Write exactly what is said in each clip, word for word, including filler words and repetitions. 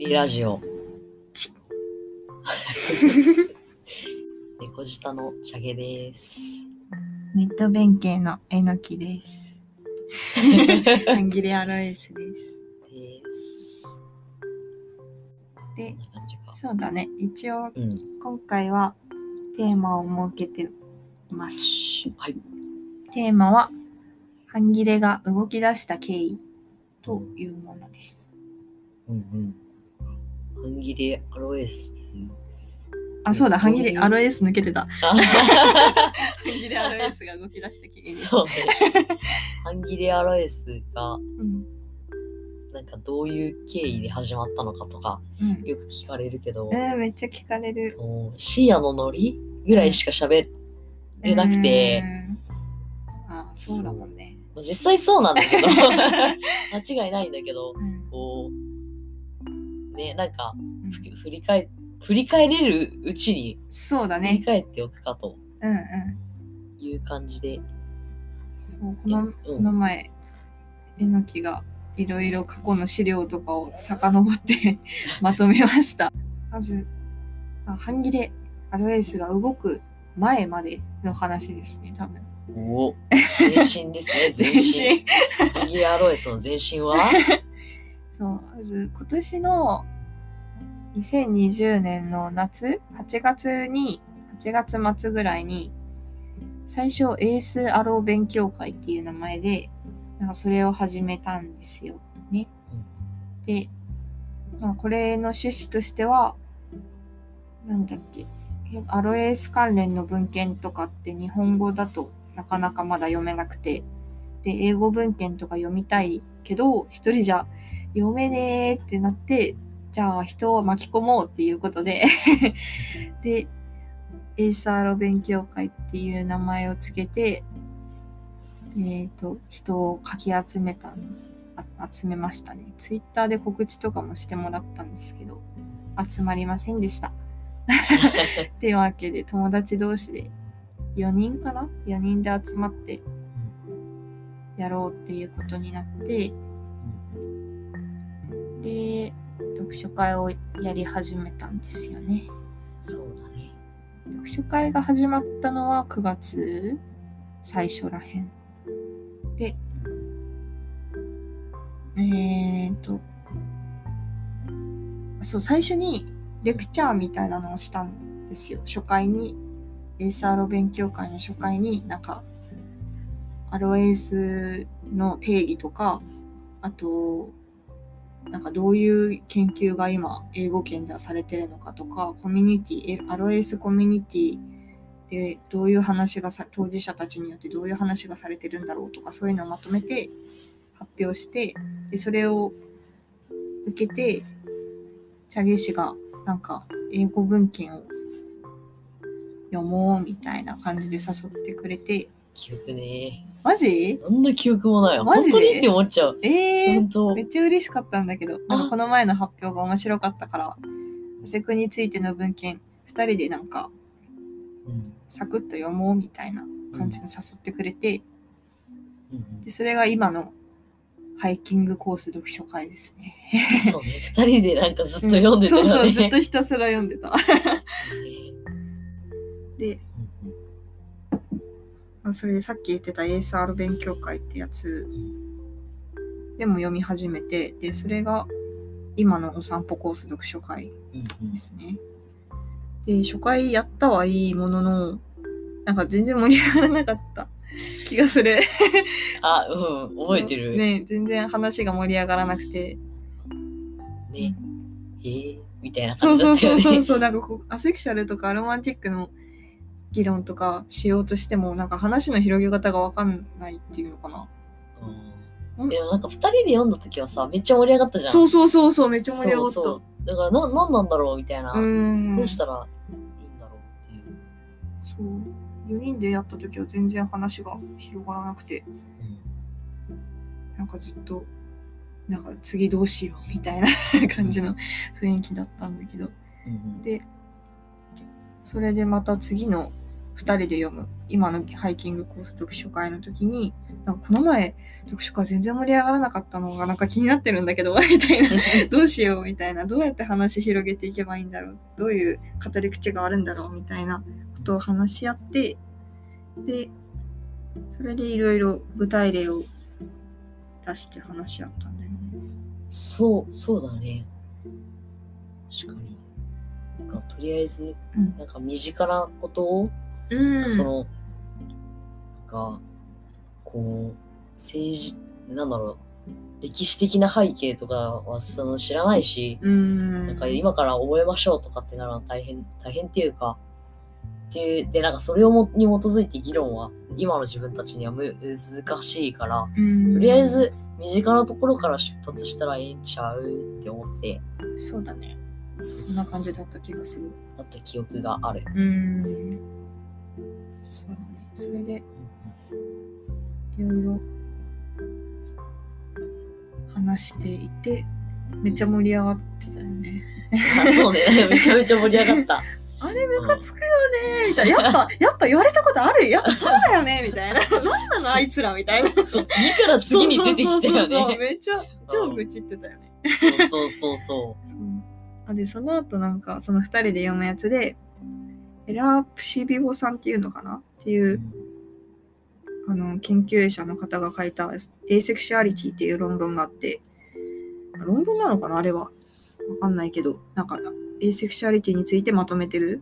リラジオ猫舌のチャゲです。 ネット弁慶のえのきです。半切れアロエスです。 です。 で、そうだね。一応、 うん、 今回はテーマを設けています。 はい。 テーマは半切れが動き出した経緯というものです。 うんうん。半切れアロエス。 あ、そうだ。半切れアロエス抜けてた。半切れアロエスが動き出した経緯です。 そうね。半切れアロエスが、 うん、 なんかどういう経緯で始まったのかとか、 うん、 よく聞かれるけど、 えー、めっちゃ聞かれる。 深夜のノリぐらいしか喋れなくて、 うん、あ、そうだもんね。 実際そうなんだけど間違いないんだけど、 うん、 こうね、なんか、うん、振り返振り返れるうちにそうだね振り返っておくかとうんうんいう感じで、 そうこの、うん、この前えのきがいろいろ過去の資料とかを遡ってまとめました。まず半切れアロエスが動く前までの話ですね、多分。 お前身ですね、前身。半切れアロエスの前身はそう、まず今年のにせんにじゅうねんの夏、はちがつに、はちがつ末ぐらいに、最初エースアロー勉強会っていう名前で、なんかそれを始めたんですよね。で、まあ、これの趣旨としては、なんだっけ、アロエス関連の文献とかって日本語だとなかなかまだ読めなくて、で、英語文献とか読みたいけど、一人じゃ読めねーってなって、じゃあ人を巻き込もうっていうことで、で、エースアロ勉強会っていう名前をつけて、えっと、人をかき集めた、集めましたね。ツイッターで告知とかもしてもらったんですけど、集まりませんでした。っていうわけで、友達同士でよにんかな ?よ 人で集まってやろうっていうことになって、で、読書会をやり始めたんですよね。 そうだね。 読書会が始まったのはくがつ最初らへん。で、えーと、そう、最初にレクチャーみたいなのをしたんですよ。初回に、エースアロ勉強会の初回に、なんか、アロエースの定義とか、あと、なんかどういう研究が今、英語圏ではされてるのかとか、コミュニティ、アロエースコミュニティでどういう話がさ、当事者たちによってどういう話がされてるんだろうとか、そういうのをまとめて発表して、で、それを受けて、チャゲ氏がなんか英語文献を読もうみたいな感じで誘ってくれて。 記憶ねー。 マジ？ なんの記憶もない。 マジで？ 本当にって思っちゃう。 えー、 本当めっちゃ嬉しかったんだけど、なんかこの前の発表が面白かったから、セクについての文献ふたりでなんか、うん、サクッと読もうみたいな感じで誘ってくれて、うん、でそれが今のハイキングコース読書会ですね。 そうね、ふたりでなんかずっと読んでたよね、うん、 そうそう、ずっとひたすら読んでた。で、うん、それでさっき言ってた エーエスアール 勉強会ってやつでも読み始めて、で、それが今のお散歩コース読書会ですね。うんうん、で、初回やったはいいものの、なんか全然盛り上がらなかった気がする。 あ、うん、覚えてる。 ね、全然話が盛り上がらなくて。 ね、へーみたいな感じだったよね。そうそうそうそう、なんかこうアセクシャルとかアロマンティックの議論とかしようとしても、なんか話の広げ方がわかんないっていうのかな。 うん、でもなんかふたりで読んだ時はさ、めっちゃ盛り上がったじゃん。 そうそうそうそう、めっちゃ盛り上がった。そうそうだからな、なんなんだろうみたいな。うん。どうしたらいいんだろうっていう。 そう。よにんでやった時は全然話が広がらなくて、うん、なんかずっと、なんか次どうしようみたいな感じの雰囲気だったんだけど、うん、で、それでまた次のふたりで読む今のハイキングコース読書会の時に、なんかこの前読書会全然盛り上がらなかったのがなんか気になってるんだけどみたいなどうしようみたいな、どうやって話広げていけばいいんだろう、どういう語り口があるんだろうみたいなことを話し合って、でそれでいろいろ具体例を出して話し合ったんだよね。 そうそうだね。確かに。なんかとりあえず、 うん、 なんか身近なことを、 うん、 そのなんかこう政治なんだろう歴史的な背景とかはその知らないし、 うん、 なんか今から覚えましょうとかってなら大変大変っていうかっていうでなんかそれをもに基づいて議論は今の自分たちにはむ難しいから、 うん、 とりあえず身近なところから出発したらいいんちゃうって思って。 そうだね。そんな感じだった気がする。 だった記憶がある。 うーん。そうだね。それでいろいろ話していて、めっちゃ盛り上がってたよね。 あ、そうね。めちゃめちゃ盛り上がった。 あれムカつくよねみたいな。やっぱやっぱ言われたことある。やっぱそうだよねみたいな。なんなのあいつらみたいな。 そう次から次に出てきたよね。 そうそうそうそうめっちゃ超愚痴ってたよね。 そうそうそうそう。 あでその後なんかそのふたりで読むやつでエラープシビボさんっていうのかなっていう、うん、あの研究者の方が書いたエーセクシュアリティっていう論文があって、論文なのかなあれはわかんないけど、なんかエーセクシュアリティについてまとめてる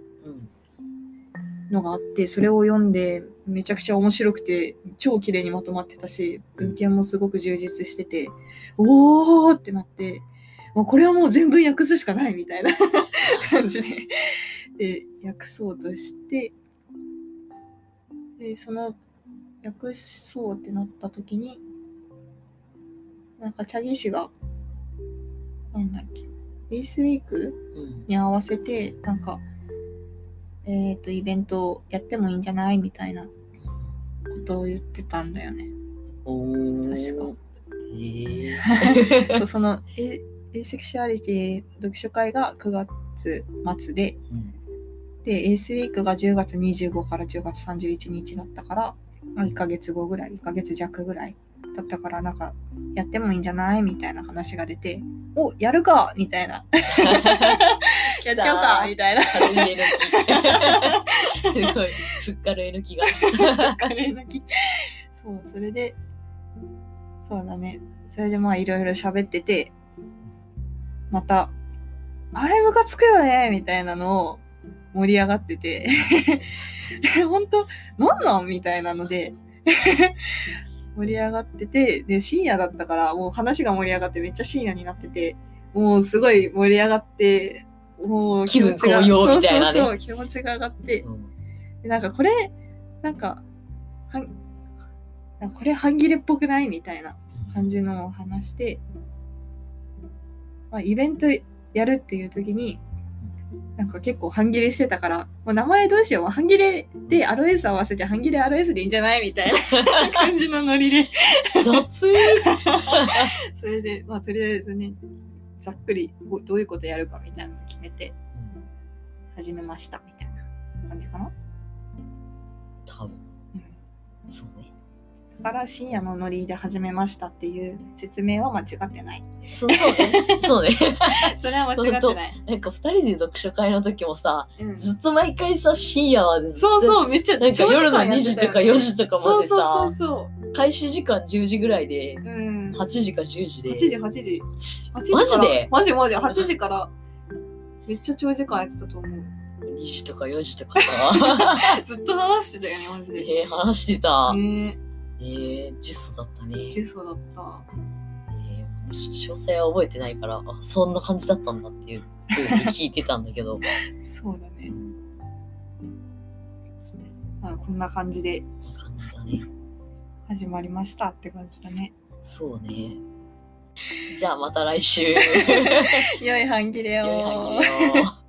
のがあって、それを読んでめちゃくちゃ面白くて超綺麗にまとまってたし、文献もすごく充実してて、おーってなって、もうこれはもう全文訳すしかないみたいな感じでで訳そうとして、でその訳そうってなった時になんかチャギ氏がなんだっけエースウィークに合わせてなんか、えっとイベントをやってもいいんじゃないみたいなことを言ってたんだよね。 お確か。 へえー、そうそのエーセクシュアリティ読書会がくがつ末で、うん、でエースウィークがじゅうがつにじゅうごからじゅうがつさんじゅういちにちだったから、いっかげつごぐらいいっかげつ弱ぐらいだったから、なんかやってもいいんじゃないみたいな話が出て、おやるかみたいなやっちゃうかみたいな軽いえのきすごいふっかるえのきが軽いえのきそうそれでそうだねそれでまあいろいろ喋ってて、またあれムカつくよねみたいなのを盛り上がってて本当なんなんみたいなので盛り上がってて、で深夜だったからもう話が盛り上がってめっちゃ深夜になってて、もうすごい盛り上がって、もう気持ちが気分高揚みたいなね。 そうそうそう気持ちが上がって、うん、でなんかこれなんかはなんかこれ半切れっぽくないみたいな感じのを話して、まあ、イベントやるっていう時になんか結構半切れしてたから、もう名前どうしよう、半切れで アールエス 合わせて半切れ アールエス でいいんじゃないみたいな感じのノリで雑それでまあとりあえずねざっくりどういうことやるかみたいなのを決めて始めましたみたいな感じかな多分、うん、そうね。 だから深夜のノリで始めましたっていう説明は間違ってない。 そうそうね。そうね。 それは間違ってない。 なんかふたりで読書会の時もさ、うん、ずっと毎回さ深夜までずっとそうそうめっちゃなんか夜のにじとかよじとかまでさ、 そうそうそうそう開始時間じゅうじぐらいで、うん、はちじかじゅうじで。 はちじはちじ。 マジで？ マジマジはちじからめっちゃ長時間やってたと思う。 にじとかよじとかさずっと話してたよねマジで。 えー、話してた。 ねえー、ジュソだったね。 ジュソだった。 えー、詳細は覚えてないから、あ、そんな感じだったんだっていう風に聞いてたんだけど。 そうだね。まあ、こんな感じで。こんな感じだね。始まりましたって感じだね。 そうね。じゃあまた来週。 良い半切れを。 良い半切れを。